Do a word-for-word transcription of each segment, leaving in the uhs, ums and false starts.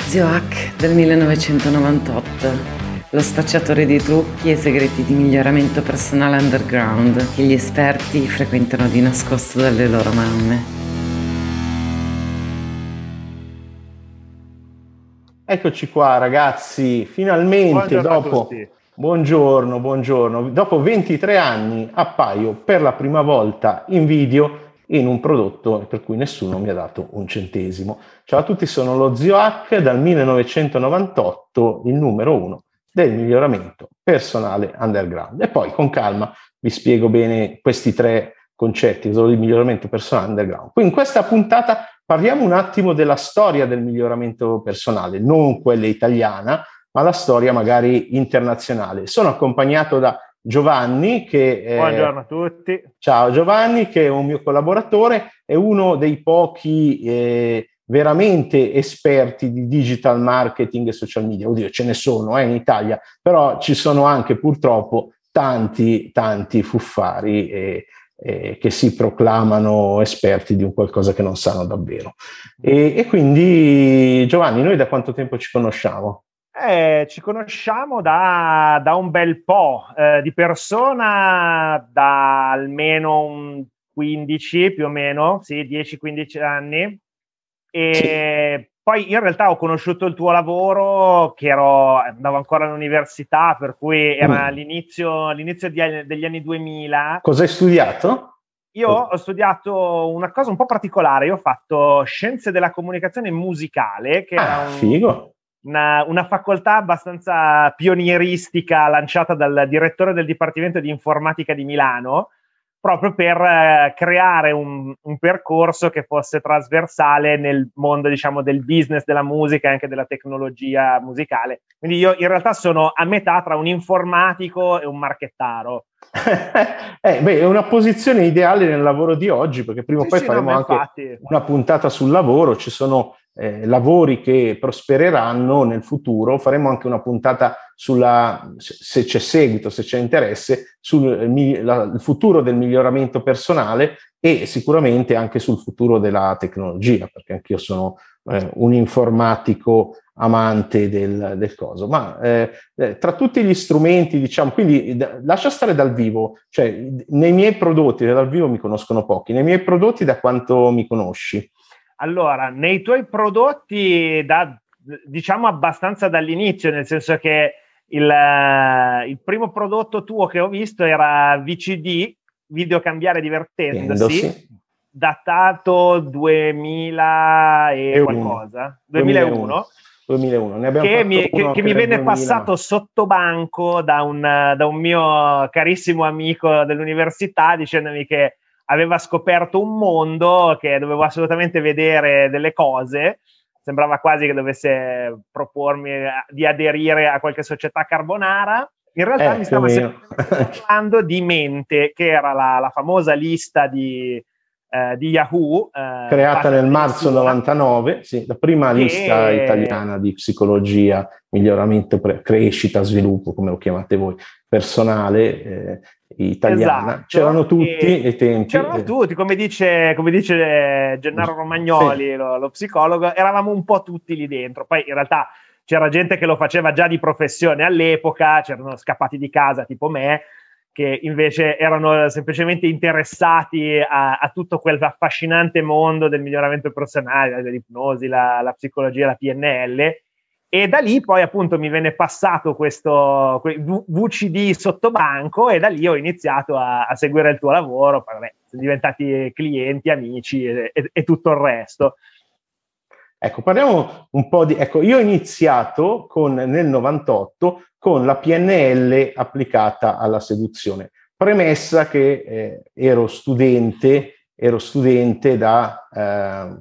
Zio Hack del millenovecentonovantotto, lo spacciatore di trucchi e segreti di miglioramento personale underground che gli esperti frequentano di nascosto dalle loro mamme. Eccoci qua ragazzi, finalmente Buongiorno a dopo... tutti. Buongiorno, buongiorno. Dopo ventitré anni appaio per la prima volta in video in un prodotto per cui nessuno mi ha dato un centesimo. Ciao a tutti, sono lo Zio Hack, dal millenovecentonovantotto il numero uno del miglioramento personale underground. E poi con calma vi spiego bene questi tre concetti del miglioramento personale underground. Quindi in questa puntata parliamo un attimo della storia del miglioramento personale, non quella italiana, ma la storia magari internazionale. Sono accompagnato da Giovanni che... Eh, Buongiorno a tutti. Ciao Giovanni, che è un mio collaboratore, è uno dei pochi eh, veramente esperti di digital marketing e social media. Oddio, ce ne sono eh, in Italia, però ci sono anche purtroppo tanti, tanti fuffari eh, eh, che si proclamano esperti di un qualcosa che non sanno davvero. E, e quindi Giovanni, noi da quanto tempo ci conosciamo? Eh, ci conosciamo da, da un bel po', eh, di persona da almeno un quindici più o meno, sì, dieci quindici anni. E sì. Poi in realtà ho conosciuto il tuo lavoro, che ero, andavo ancora all'università, per cui era mm. l'inizio, l'inizio di, degli anni duemila. Cosa hai studiato? Io ho studiato una cosa un po' particolare, io ho fatto scienze della comunicazione musicale, che ah, era un... figo. Una, una facoltà abbastanza pionieristica lanciata dal direttore del Dipartimento di Informatica di Milano, proprio per eh, creare un, un percorso che fosse trasversale nel mondo, diciamo, del business della musica e anche della tecnologia musicale. Quindi io in realtà sono a metà tra un informatico e un marchettaro. eh, beh, è una posizione ideale nel lavoro di oggi, perché prima o sì, poi sì, faremo no, anche infatti. una puntata sul lavoro. Ci sono Eh, lavori che prospereranno nel futuro. Faremo anche una puntata sulla, se c'è seguito, se c'è interesse, sul la, il futuro del miglioramento personale e sicuramente anche sul futuro della tecnologia, perché anch'io sono eh, un informatico amante del, del coso. Ma eh, eh, tra tutti gli strumenti, diciamo, quindi d- lascia stare dal vivo, cioè nei miei prodotti, dal vivo mi conoscono pochi, nei miei prodotti da quanto mi conosci? Allora, nei tuoi prodotti, da, diciamo abbastanza dall'inizio, nel senso che il, il primo prodotto tuo che ho visto era V C D, Video Cambiare Divertendosi, Tendosi. datato duemila e, e qualcosa, duemilauno. duemilauno. Ne abbiamo che fatto mi, che, che mi venne duemila. passato sotto banco da un, da un mio carissimo amico dell'università, dicendomi che aveva scoperto un mondo, che dovevo assolutamente vedere delle cose. Sembrava quasi che dovesse propormi di aderire a qualche società carbonara. In realtà eh, mi stava parlando di Mente, che era la, la famosa lista di, eh, di Yahoo, eh, creata nel marzo novantanove, sì, la prima che... lista italiana di psicologia, miglioramento, pre- crescita, sviluppo, come lo chiamate voi, personale, eh, italiana. Esatto. C'erano tutti e i tempi. C'erano tutti, come dice, come dice Gennaro Romagnoli, sì. lo, lo psicologo, eravamo un po' tutti lì dentro. Poi in realtà c'era gente che lo faceva già di professione all'epoca, c'erano scappati di casa tipo me, che invece erano semplicemente interessati a, a tutto quel affascinante mondo del miglioramento personale, dell'ipnosi, la, la psicologia, la P N L. E da lì poi appunto mi venne passato questo V C D sotto banco e da lì ho iniziato a, a seguire il tuo lavoro. Poi vabbè, siamo diventati clienti, amici e, e, e tutto il resto. Ecco, parliamo un po' di... Ecco, io ho iniziato con, nel novantotto con la P N L applicata alla seduzione. Premessa che eh, ero studente, ero studente da... Eh,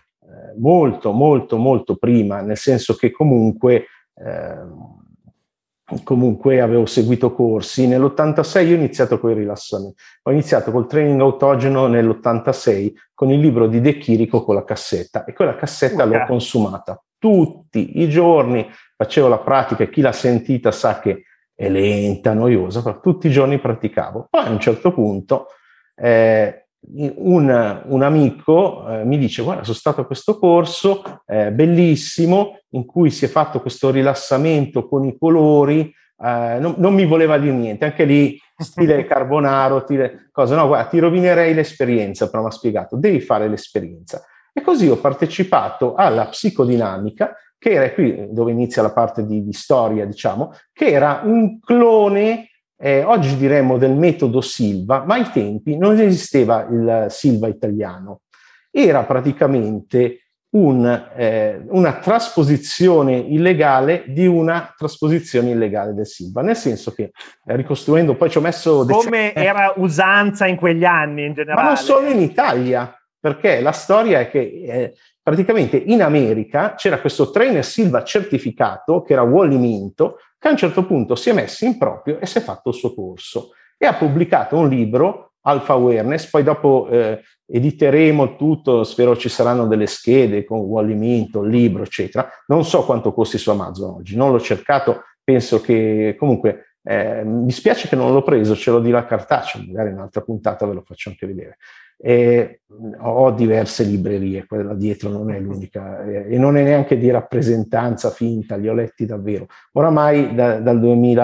molto molto molto prima, nel senso che comunque eh, comunque avevo seguito corsi. Nell'ottantasei io ho iniziato con i rilassamenti, ho iniziato col training autogeno nell'ottantasei con il libro di De Chirico con la cassetta, e quella cassetta okay. l'ho consumata tutti i giorni, facevo la pratica, e chi l'ha sentita sa che è lenta, noiosa, però tutti i giorni praticavo. Poi a un certo punto eh, un, un amico eh, mi dice: guarda, sono stato a questo corso eh, bellissimo in cui si è fatto questo rilassamento con i colori, eh, non, non mi voleva dire niente, anche lì stile Carbonaro, stile, cosa, no, guarda, ti rovinerei l'esperienza, però mi ha spiegato, devi fare l'esperienza. E così ho partecipato alla psicodinamica, che era qui dove inizia la parte di, di storia, diciamo, che era un clone, eh, oggi diremmo del metodo Silva, ma ai tempi non esisteva il Silva italiano. Era praticamente un, eh, una trasposizione illegale di una trasposizione illegale del Silva, nel senso che eh, ricostruendo, poi ci ho messo... Come decenni, era usanza in quegli anni in generale. Ma non solo in Italia, perché la storia è che eh, praticamente in America c'era questo trainer Silva certificato, che era Wally Minto, che a un certo punto si è messo in proprio e si è fatto il suo corso e ha pubblicato un libro, Alpha Awareness. Poi dopo eh, editeremo tutto, spero ci saranno delle schede con Wally Minto, il libro, eccetera. Non so quanto costi su Amazon oggi, non l'ho cercato, penso che comunque eh, mi dispiace che non l'ho preso, ce l'ho di là cartaceo, magari in un'altra puntata ve lo faccio anche vedere. Eh, ho diverse librerie, quella dietro non è l'unica eh, e non è neanche di rappresentanza finta, li ho letti davvero. Oramai da, dal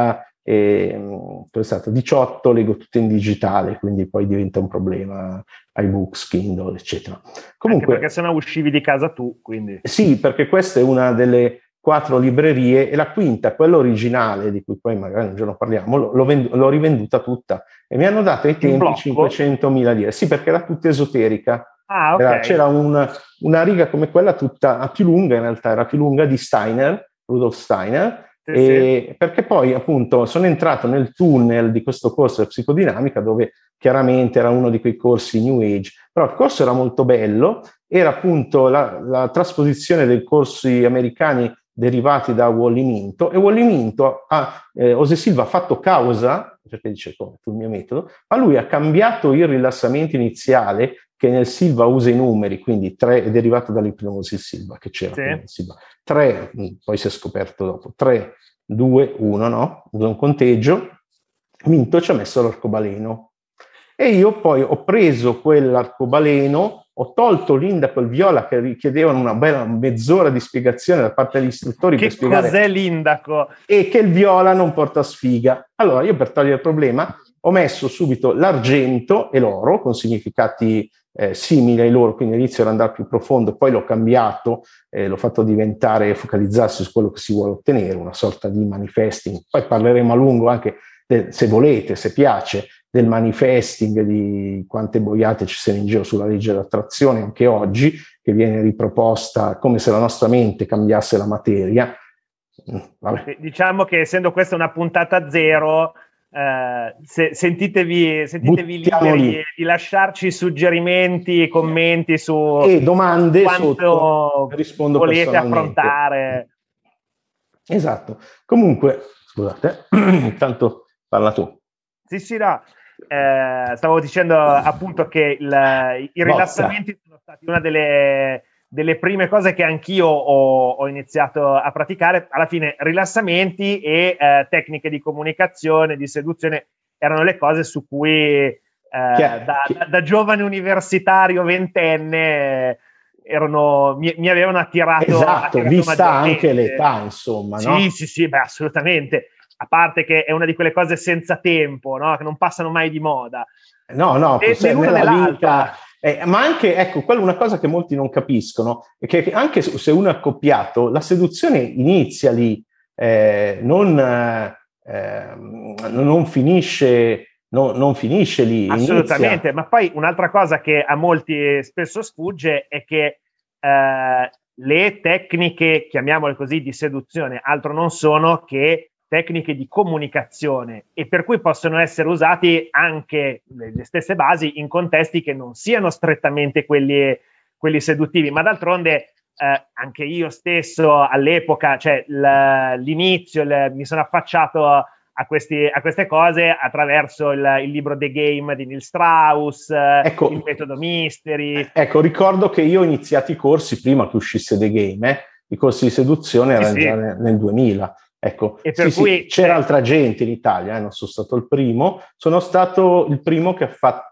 duemiladiciotto leggo tutto in digitale, quindi poi diventa un problema, iBooks, Kindle, eccetera. Comunque, anche perché sennò uscivi di casa tu, quindi. Sì, perché questa è una delle quattro librerie e la quinta, quella originale, di cui poi magari un giorno parliamo, l'ho, vend- l'ho rivenduta tutta e mi hanno dato ai tempi cinquecentomila lire. Sì, perché era tutta esoterica. Ah, okay. Era, c'era un, una riga come quella tutta più lunga, in realtà era più lunga, di Steiner, Rudolf Steiner, sì, e sì. Perché poi appunto sono entrato nel tunnel di questo corso di psicodinamica, dove chiaramente era uno di quei corsi New Age, però il corso era molto bello, era appunto la, la trasposizione dei corsi americani derivati da Wally Minto, e Wally Minto ha, eh, José Silva ha fatto causa, perché dice come sul mio metodo, ma lui ha cambiato il rilassamento iniziale, che nel Silva usa i numeri, quindi tre è derivato dall'ipnosi Silva, che c'era sì. Nel Silva. tre, poi si è scoperto dopo, tre, due, uno, no? Usa un conteggio, Minto ci ha messo l'arcobaleno. E io poi ho preso quell'arcobaleno, ho tolto l'indaco e il viola, che richiedevano una bella mezz'ora di spiegazione da parte degli istruttori. Che per spiegare cos'è l'indaco? E che il viola non porta sfiga. Allora io, per togliere il problema, ho messo subito l'argento e l'oro con significati eh, simili ai loro, quindi all'inizio era andare più profondo, poi l'ho cambiato, eh, l'ho fatto diventare, focalizzarsi su quello che si vuole ottenere, una sorta di manifesting. Poi parleremo a lungo anche, de, se volete, se piace, del manifesting, di quante boiate ci sono in giro sulla legge dell'attrazione anche oggi, che viene riproposta come se la nostra mente cambiasse la materia. Vabbè. Diciamo che essendo questa una puntata zero, eh, se, sentitevi, sentitevi liberi di, di lasciarci suggerimenti, commenti su e domande quanto sotto, rispondo volete affrontare. Esatto. Comunque, scusate, intanto parla tu. Sì, sì, no. Eh, stavo dicendo appunto che il, i rilassamenti sono stati una delle, delle prime cose che anch'io ho, ho iniziato a praticare. Alla fine rilassamenti e eh, tecniche di comunicazione, di seduzione erano le cose su cui eh, da, da, da giovane universitario ventenne erano, mi, mi avevano attirato. Esatto, attirato vista anche l'età, insomma, no? Sì, sì, sì, beh, assolutamente. A parte che è una di quelle cose senza tempo, no? Che non passano mai di moda. No, no, e, nella vita, eh, ma anche, ecco, quella è una cosa che molti non capiscono, è che anche se uno è accoppiato, la seduzione inizia lì, eh, non, eh, non finisce, no, non finisce lì. Assolutamente, inizia. Ma poi un'altra cosa che a molti spesso sfugge è che eh, le tecniche, chiamiamole così, di seduzione, altro non sono che tecniche di comunicazione, e per cui possono essere usati anche le stesse basi in contesti che non siano strettamente quelli, quelli seduttivi, ma d'altronde eh, anche io stesso all'epoca, cioè l'inizio, il, mi sono affacciato a, questi, a queste cose attraverso il, il libro The Game di Neil Strauss, ecco, il metodo Mystery. Ecco, ricordo che io ho iniziato i corsi prima che uscisse The Game, eh? I corsi di seduzione erano sì, già sì. nel duemila. Ecco, e per sì, cui sì, c'era altra gente in Italia, eh, non sono stato il primo, sono stato il primo che ha fatto,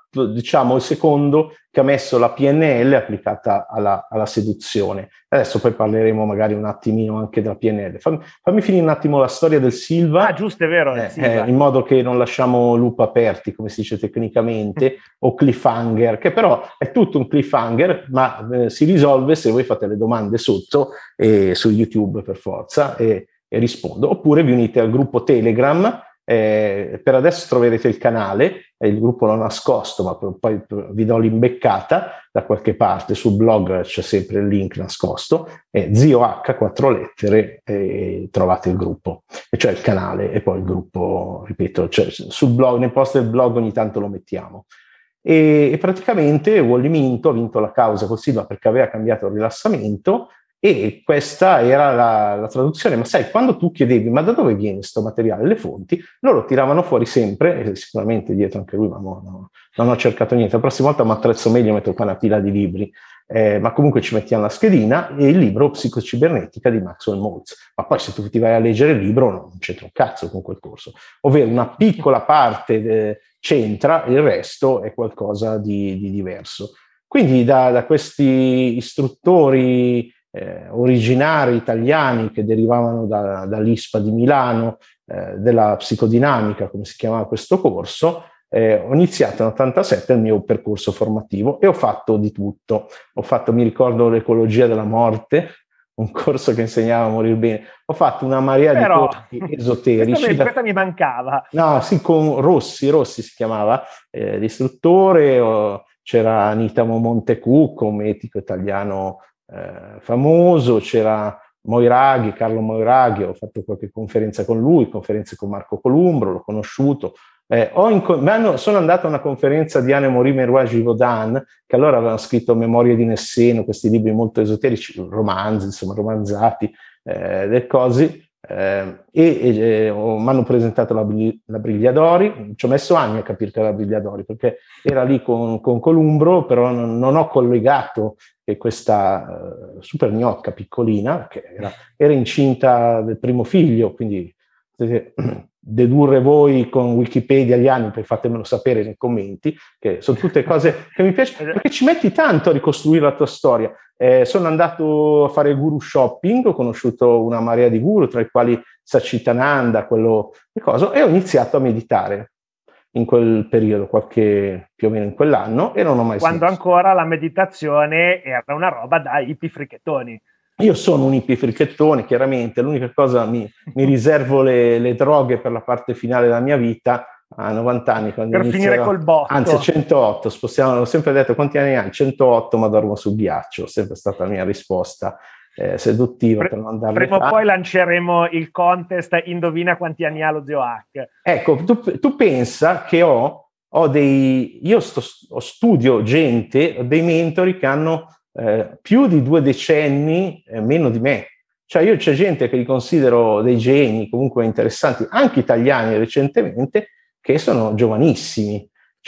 diciamo, il secondo che ha messo la P N L applicata alla, alla seduzione. Adesso poi parleremo magari un attimino anche della P N L. Fammi, fammi finire un attimo la storia del Silva. Ah, giusto, è vero. Eh, eh, in modo che non lasciamo loop aperti, come si dice tecnicamente, o cliffhanger, che però è tutto un cliffhanger, ma eh, si risolve se voi fate le domande sotto e su YouTube per forza e, e rispondo. Oppure vi unite al gruppo Telegram. Eh, per adesso troverete il canale, eh, il gruppo l'ho nascosto, ma poi vi do l'imbeccata da qualche parte. Sul blog c'è sempre il link nascosto, eh, Zio H, quattro lettere, e trovate il gruppo, e cioè il canale e poi il gruppo, ripeto, cioè sul blog, nel post del blog ogni tanto lo mettiamo. E, e praticamente Wally Minto ha vinto la causa col Silva perché aveva cambiato il rilassamento. E questa era la, la traduzione, ma sai, quando tu chiedevi ma da dove viene questo materiale, le fonti, loro tiravano fuori sempre, e sicuramente dietro anche lui, ma no, no, non ho cercato niente, la prossima volta mi attrezzo meglio, metto qua una pila di libri, eh, ma comunque ci mettiamo la schedina e il libro Psicocibernetica di Maxwell Maltz, ma poi se tu ti vai a leggere il libro non c'entra un cazzo con quel corso, ovvero una piccola parte de, c'entra, il resto è qualcosa di, di diverso. Quindi da, da questi istruttori Eh, originari italiani che derivavano da, dall'I S P A di Milano, eh, della psicodinamica, come si chiamava questo corso, eh, ho iniziato nell'ottantasette il mio percorso formativo e ho fatto di tutto. Ho fatto, mi ricordo, l'ecologia della morte, un corso che insegnava a morire bene. Ho fatto una marea Però, di corsi esoterici. Questa mi, questa mi mancava. No, sì, con Rossi, Rossi si chiamava eh, l'istruttore, o, c'era Anita Montecucco, un etico italiano Eh, famoso, c'era Moiraghi, Carlo Moiraghi, ho fatto qualche conferenza con lui, conferenze con Marco Columbro, l'ho conosciuto. Eh, ho in, sono andato a una conferenza di Anne-Marie Merois-Givaudan, che allora avevano scritto Memorie di Nesseno, questi libri molto esoterici, romanzi, insomma, romanzati, eh, le cose, eh, e, e mi hanno presentato la, la Brigliadori. Ci ho messo anni a capire che era la Brigliadori, perché era lì con, con Columbro, però non, non ho collegato che questa uh, super gnocca piccolina, che era, era incinta del primo figlio, quindi potete dedurre voi con Wikipedia gli anni, poi fatemelo sapere nei commenti, che sono tutte cose che mi piacciono, perché ci metti tanto a ricostruire la tua storia. Eh, sono andato a fare guru shopping, ho conosciuto una marea di guru, tra i quali Sachitananda, quello di coso, e ho iniziato a meditare in quel periodo, qualche più o meno in quell'anno, e non ho mai Quando smesso. ancora la meditazione era una roba da hippie fricchettoni. Io sono un hippie fricchettone, chiaramente, l'unica cosa, mi, mi riservo le, le droghe per la parte finale della mia vita, a novanta anni. Quando per finire col botto. Anzi, centootto, spostiamo, ho sempre detto quanti anni hai? centootto, ma dormo sul ghiaccio, sempre stata la mia risposta eh, seduttiva. Pre- per non darle prima o fra. poi lanceremo il contest Indovina quanti anni ha lo Zio H. Ecco, tu, tu pensa che ho, ho dei, io sto, studio gente, ho dei mentori che hanno eh, più di due decenni eh, meno di me. Cioè io c'è gente che li considero dei geni, comunque interessanti, anche italiani recentemente, che sono giovanissimi.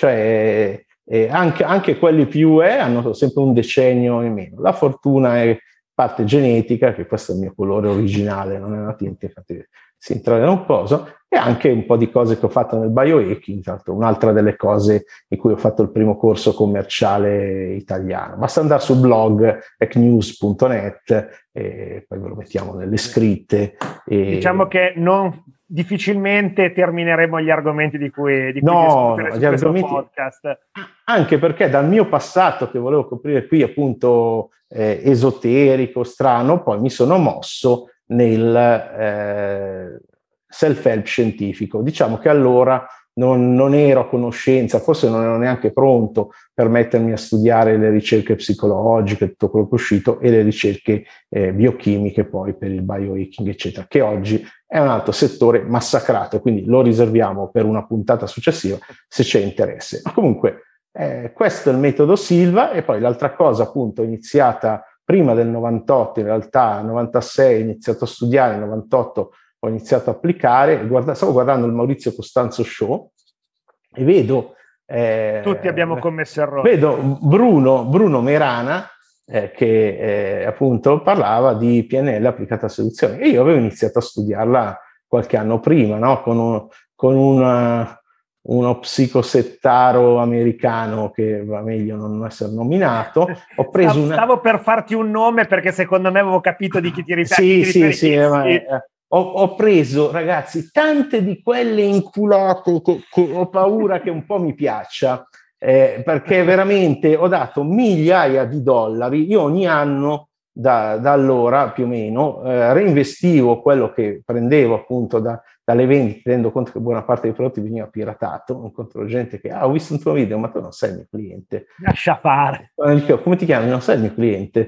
Cioè eh, anche, anche quelli più eh, hanno sempre un decennio in meno. La fortuna è parte genetica, che questo è il mio colore originale, non è una tinta, infatti si intravedono un po', e anche un po' di cose che ho fatto nel biohacking, tra l'altro un'altra delle cose in cui ho fatto il primo corso commerciale italiano. Basta andare sul blog hacknews punto net e poi ve lo mettiamo nelle scritte. E... Diciamo che non difficilmente termineremo gli argomenti di cui, di cui no, discutere su gli questo argomenti... podcast. Anche perché dal mio passato, che volevo coprire qui, appunto eh, esoterico, strano, poi mi sono mosso nel eh, self-help scientifico. Diciamo che allora non, non ero a conoscenza, forse non ero neanche pronto per mettermi a studiare le ricerche psicologiche, tutto quello che è uscito, e le ricerche eh, biochimiche poi per il biohacking, eccetera, che oggi è un altro settore massacrato, quindi lo riserviamo per una puntata successiva se c'è interesse. Ma comunque eh, questo è il metodo Silva. E poi l'altra cosa, appunto, iniziata prima del novantotto, in realtà nel novantasei ho iniziato a studiare, nel novantotto ho iniziato a applicare. Guarda, stavo guardando il Maurizio Costanzo Show e vedo... Eh, Tutti abbiamo commesso errori. Vedo Bruno, Bruno Merana eh, che eh, appunto parlava di P N L applicata a seduzione, e io avevo iniziato a studiarla qualche anno prima, no? con, un, con una, uno psicosettaro americano che va meglio non essere nominato. Ho preso stavo, una... stavo per farti un nome perché secondo me avevo capito di chi ti riferi. Sì, sì, sì, ma, eh, ho, ho preso, ragazzi, tante di quelle inculate che, che ho paura che un po' mi piaccia, eh, perché veramente ho dato migliaia di dollari. Io ogni anno da, da allora più o meno eh, reinvestivo quello che prendevo appunto da, dalle vendite, tenendo conto che buona parte dei prodotti veniva piratato. Incontro gente che ah, ho visto un tuo video, ma tu non sei il mio cliente. Lascia fare. Come ti chiami? Non sei il mio cliente.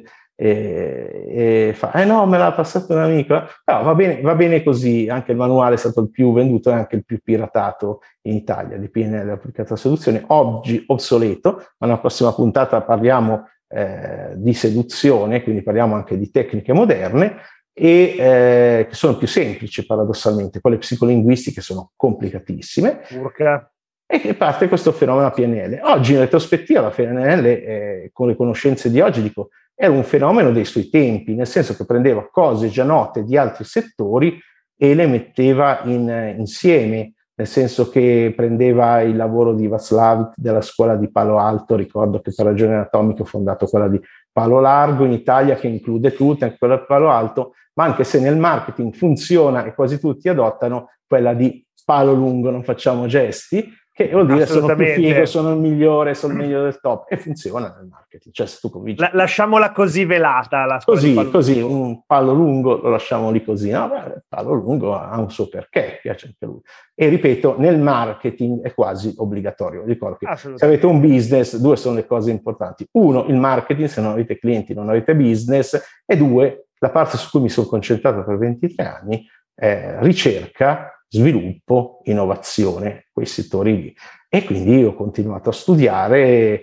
E, e fa, eh no, me l'ha passato un amico. No, va bene, va bene così. Anche il manuale è stato il più venduto e anche il più piratato in Italia di P N L applicato a seduzione, oggi obsoleto, ma nella prossima puntata parliamo eh, di seduzione, quindi parliamo anche di tecniche moderne e eh, che sono più semplici paradossalmente. Quelle psicolinguistiche sono complicatissime. Urca. E che parte questo fenomeno P N L. Oggi in retrospettiva la P N L, eh, con le conoscenze di oggi, dico, era un fenomeno dei suoi tempi, nel senso che prendeva cose già note di altri settori e le metteva in, insieme, nel senso che prendeva il lavoro di Václavic della scuola di Palo Alto, ricordo che per ragione anatomica ho fondato quella di Palo Largo in Italia, che include tutto, anche quella di Palo Alto, ma anche se nel marketing funziona e quasi tutti adottano quella di Palo Lungo, non facciamo gesti, che vuol dire sono più figo, sono il migliore, sono il meglio del top, e funziona nel marketing. Cioè, se tu convinci... La, lasciamola così velata. La così, così, un palo lungo lo lasciamo lì così. No, beh, il palo lungo ha un suo perché, piace anche lui. E ripeto, nel marketing è quasi obbligatorio. Ricordo che se avete un business, due sono le cose importanti. Uno, il marketing, se non avete clienti non avete business, e due, la parte su cui mi sono concentrato per ventitré anni, è ricerca, sviluppo, innovazione, quei settori lì. E quindi io ho continuato a studiare,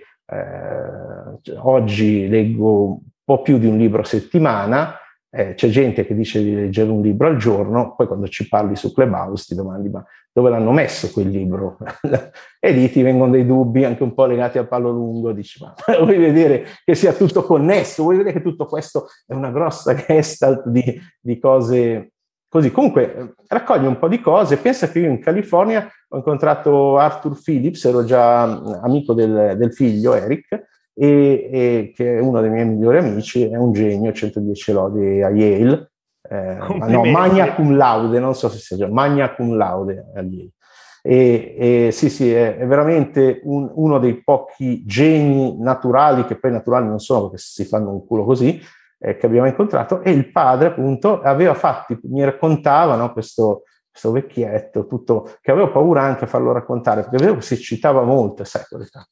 eh, oggi leggo un po' più di un libro a settimana, eh, c'è gente che dice di leggere un libro al giorno, poi quando ci parli su Clubhouse ti domandi ma dove l'hanno messo quel libro? E lì ti vengono dei dubbi anche un po' legati al palo lungo, dici ma vuoi vedere che sia tutto connesso, vuoi vedere che tutto questo è una grossa gestalt di, di cose... Così, comunque, raccoglie un po' di cose. Pensa che io in California ho incontrato Arthur Phillips, ero già amico del, del figlio, Eric, e, e che è uno dei miei migliori amici, è un genio, centodieci lodi a Yale, eh, ma no, magna cum laude, non so se sia già, magna cum laude a Yale. E, e sì, sì, è, è veramente un, uno dei pochi geni naturali, che poi naturali non sono perché si fanno un culo così, Eh, che abbiamo incontrato, e il padre appunto aveva fatti, mi raccontava, no, questo, questo vecchietto, tutto, che avevo paura anche a farlo raccontare, perché vedevo che si eccitava molto, sai,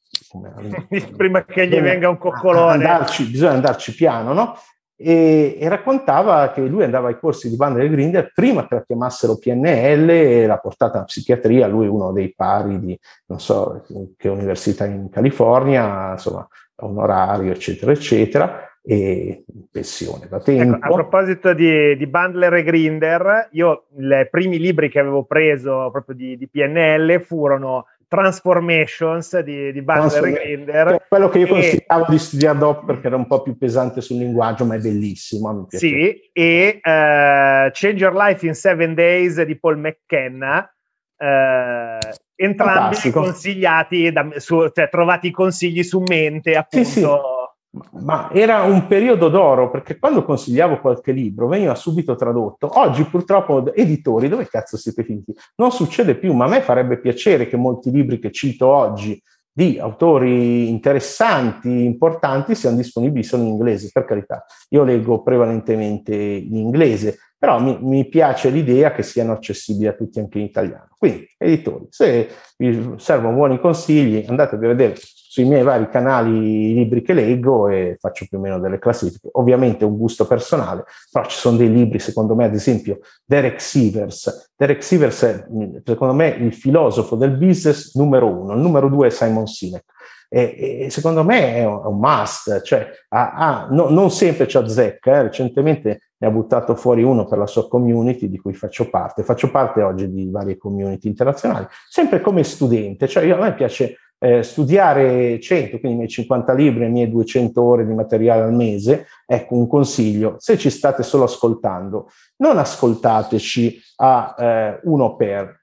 prima che gli venga un coccolone. Andarci, bisogna andarci piano, no? E, e raccontava che lui andava ai corsi di Bandler e Grinder prima che la chiamassero P N L e l'ha portata in psichiatria, lui uno dei pari di, non so, che università in California, insomma, onorario, eccetera, eccetera, e in pensione da tempo. Ecco, a proposito di, di Bandler e Grinder, io i primi libri che avevo preso proprio di, di P N L furono Transformations di, di Bandler e Grinder, quello che io consigliavo e... di studiare dopo perché era un po' più pesante sul linguaggio, ma è bellissimo, mi piace. Sì, e uh, Change Your Life in Seven Days di Paul McKenna, uh, entrambi Fantastico. Consigliati da, su, cioè trovati i consigli su Mente, appunto. Sì, sì. Ma era un periodo d'oro, perché quando consigliavo qualche libro veniva subito tradotto. Oggi purtroppo editori, dove cazzo siete finiti? Non succede più, ma a me farebbe piacere che molti libri che cito oggi di autori interessanti, importanti, siano disponibili solo in inglese. Per carità, io leggo prevalentemente in inglese, però mi, mi piace l'idea che siano accessibili a tutti anche in italiano. Quindi, editori, se vi servono buoni consigli, andatevi a vedere sui miei vari canali i libri che leggo e faccio più o meno delle classifiche. Ovviamente è un gusto personale, però ci sono dei libri, secondo me, ad esempio Derek Sivers. Derek Sivers è, secondo me, il filosofo del business numero uno. Il numero due è Simon Sinek. E, e secondo me è un, è un must, cioè ha, ha, no, non sempre ci azzecca, eh. Recentemente ne ha buttato fuori uno per la sua community di cui faccio parte. Faccio parte oggi di varie community internazionali, sempre come studente, cioè io, a me piace Eh, studiare cento, quindi i miei cinquanta libri, le mie duecento ore di materiale al mese. Ecco un consiglio: se ci state solo ascoltando, non ascoltateci a eh, uno per,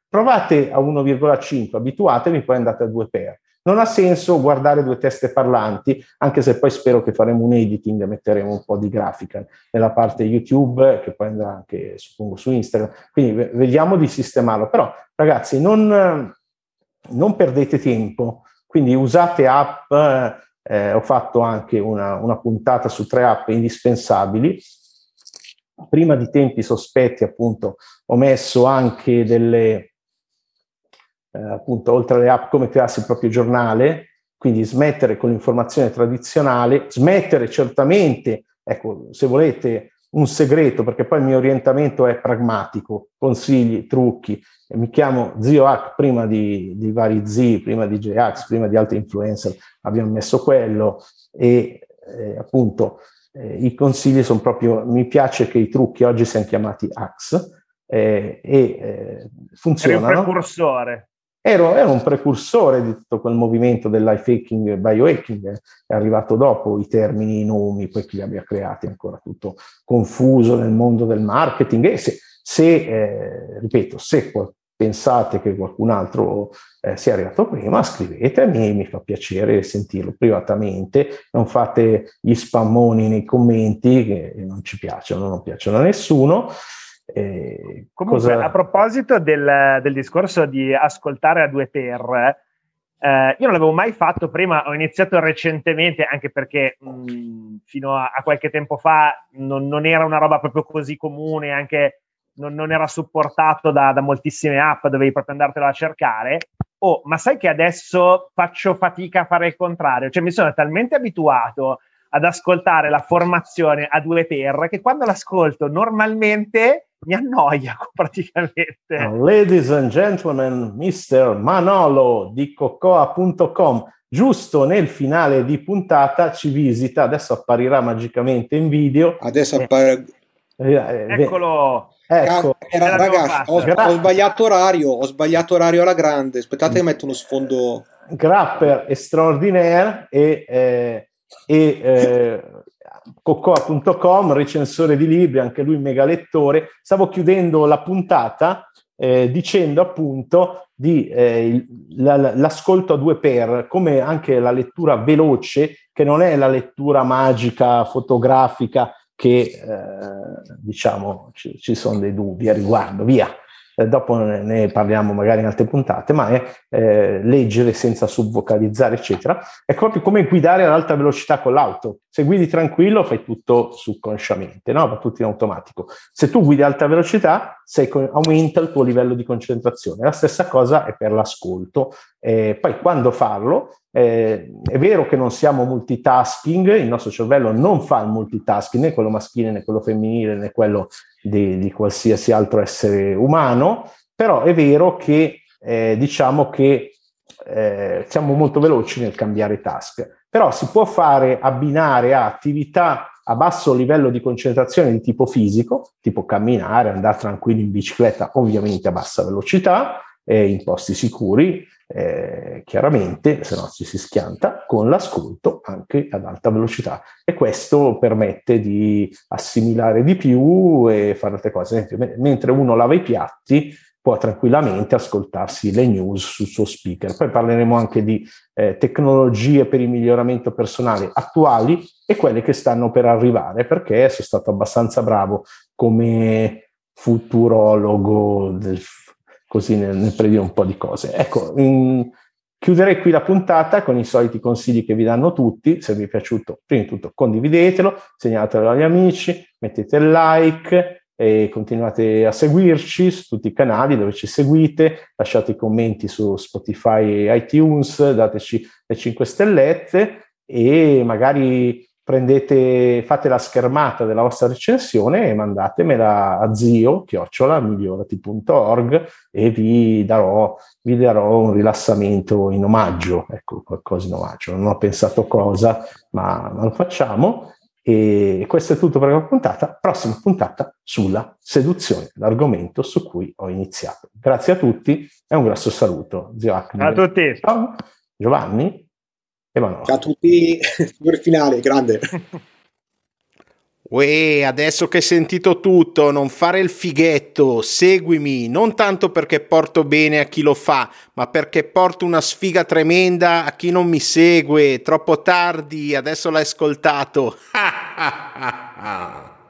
provate a uno virgola cinque, abituatevi, poi andate a due per. Non ha senso guardare due teste parlanti, anche se poi spero che faremo un editing e metteremo un po' di grafica nella parte YouTube, che poi andrà anche, suppongo, su Instagram. Quindi vediamo di sistemarlo. Però, ragazzi, non, non perdete tempo. Quindi usate app, eh, ho fatto anche una, una puntata su tre app indispensabili. Prima di tempi sospetti, appunto, ho messo anche delle... Eh, appunto, oltre alle app, come crearsi il proprio giornale, quindi smettere con l'informazione tradizionale, smettere certamente, ecco, se volete un segreto, perché poi il mio orientamento è pragmatico, consigli, trucchi, mi chiamo Zio Hack prima di, di vari Z, prima di J-Ax, prima di altri influencer, abbiamo messo quello e eh, appunto eh, i consigli sono proprio, mi piace che i trucchi oggi siano chiamati hacks eh, e eh, funzionano. Eri un precursore. Ero, ero un precursore di tutto quel movimento del life hacking e biohacking, è arrivato dopo i termini, i nomi, poi chi li abbia creati, è ancora tutto confuso nel mondo del marketing. E se, se eh, ripeto, se pensate che qualcun altro eh, sia arrivato prima, scrivetemi, mi fa piacere sentirlo privatamente, non fate gli spammoni nei commenti che non ci piacciono, non piacciono a nessuno. Eh, Comunque, cosa... a proposito del, del discorso di ascoltare a due per, eh, io non l'avevo mai fatto prima, ho iniziato recentemente, anche perché mh, fino a, a qualche tempo fa non, non era una roba proprio così comune, anche non, non era supportato da, da moltissime app, dovevi proprio andartelo a cercare. Oh, ma sai che adesso faccio fatica a fare il contrario, cioè mi sono talmente abituato ad ascoltare la formazione a due per che quando l'ascolto normalmente mi annoia praticamente. Oh, ladies and gentlemen, mister Manolo di cocoa punto com, giusto nel finale di puntata ci visita, adesso apparirà magicamente in video. Adesso appare... Eh, eh, Eccolo! Ecco. Era, ragazzi, ho, ho sbagliato orario, ho sbagliato orario alla grande, aspettate che metto uno sfondo. Grapper extraordinaire e... Eh, e eh, cocoa punto com, recensore di libri, anche lui mega lettore. Stavo chiudendo la puntata eh, dicendo appunto di eh, la, l'ascolto a due per, come anche la lettura veloce, che non è la lettura magica fotografica che eh, diciamo ci, ci sono dei dubbi a riguardo, via. Dopo ne parliamo magari in altre puntate, ma è eh, leggere senza subvocalizzare, eccetera. È proprio come guidare ad alta velocità con l'auto. Se guidi tranquillo fai tutto subconsciamente, no? Va tutto in automatico. Se tu guidi ad alta velocità, sei, aumenta il tuo livello di concentrazione. La stessa cosa è per l'ascolto. Eh, poi quando farlo, eh, è vero che non siamo multitasking, il nostro cervello non fa il multitasking, né quello maschile, né quello femminile, né quello Di, di qualsiasi altro essere umano, però è vero che eh, diciamo che eh, siamo molto veloci nel cambiare task, però si può fare abbinare a attività a basso livello di concentrazione di tipo fisico, tipo camminare, andare tranquilli in bicicletta, ovviamente a bassa velocità, eh, in posti sicuri, eh, chiaramente, se no ci si schianta, con l'ascolto anche ad alta velocità, e questo permette di assimilare di più e fare altre cose. Esempio, mentre uno lava i piatti può tranquillamente ascoltarsi le news sul suo speaker. Poi parleremo anche di eh, tecnologie per il miglioramento personale attuali e quelle che stanno per arrivare, perché sono stato abbastanza bravo come futurologo del così nel, nel predire un po' di cose. Ecco, mh, chiuderei qui la puntata con i soliti consigli che vi danno tutti. Se vi è piaciuto, prima di tutto condividetelo, segnalatelo agli amici, mettete il like e continuate a seguirci su tutti i canali dove ci seguite, lasciate i commenti su Spotify e iTunes, dateci le cinque stellette e magari prendete, fate la schermata della vostra recensione e mandatemela a zio chiocciola migliorati punto org e vi darò, vi darò un rilassamento in omaggio, ecco, qualcosa in omaggio. Non ho pensato cosa, ma, ma lo facciamo. E questo è tutto per la puntata. Prossima puntata sulla seduzione, l'argomento su cui ho iniziato. Grazie a tutti e un grosso saluto. Zio Hack. Ciao a tutti. Ciao. Giovanni. Ciao a tutti, per finale, grande. Uè, adesso che hai sentito tutto, non fare il fighetto, seguimi, non tanto perché porto bene a chi lo fa, ma perché porto una sfiga tremenda a chi non mi segue. Troppo tardi, adesso l'hai ascoltato.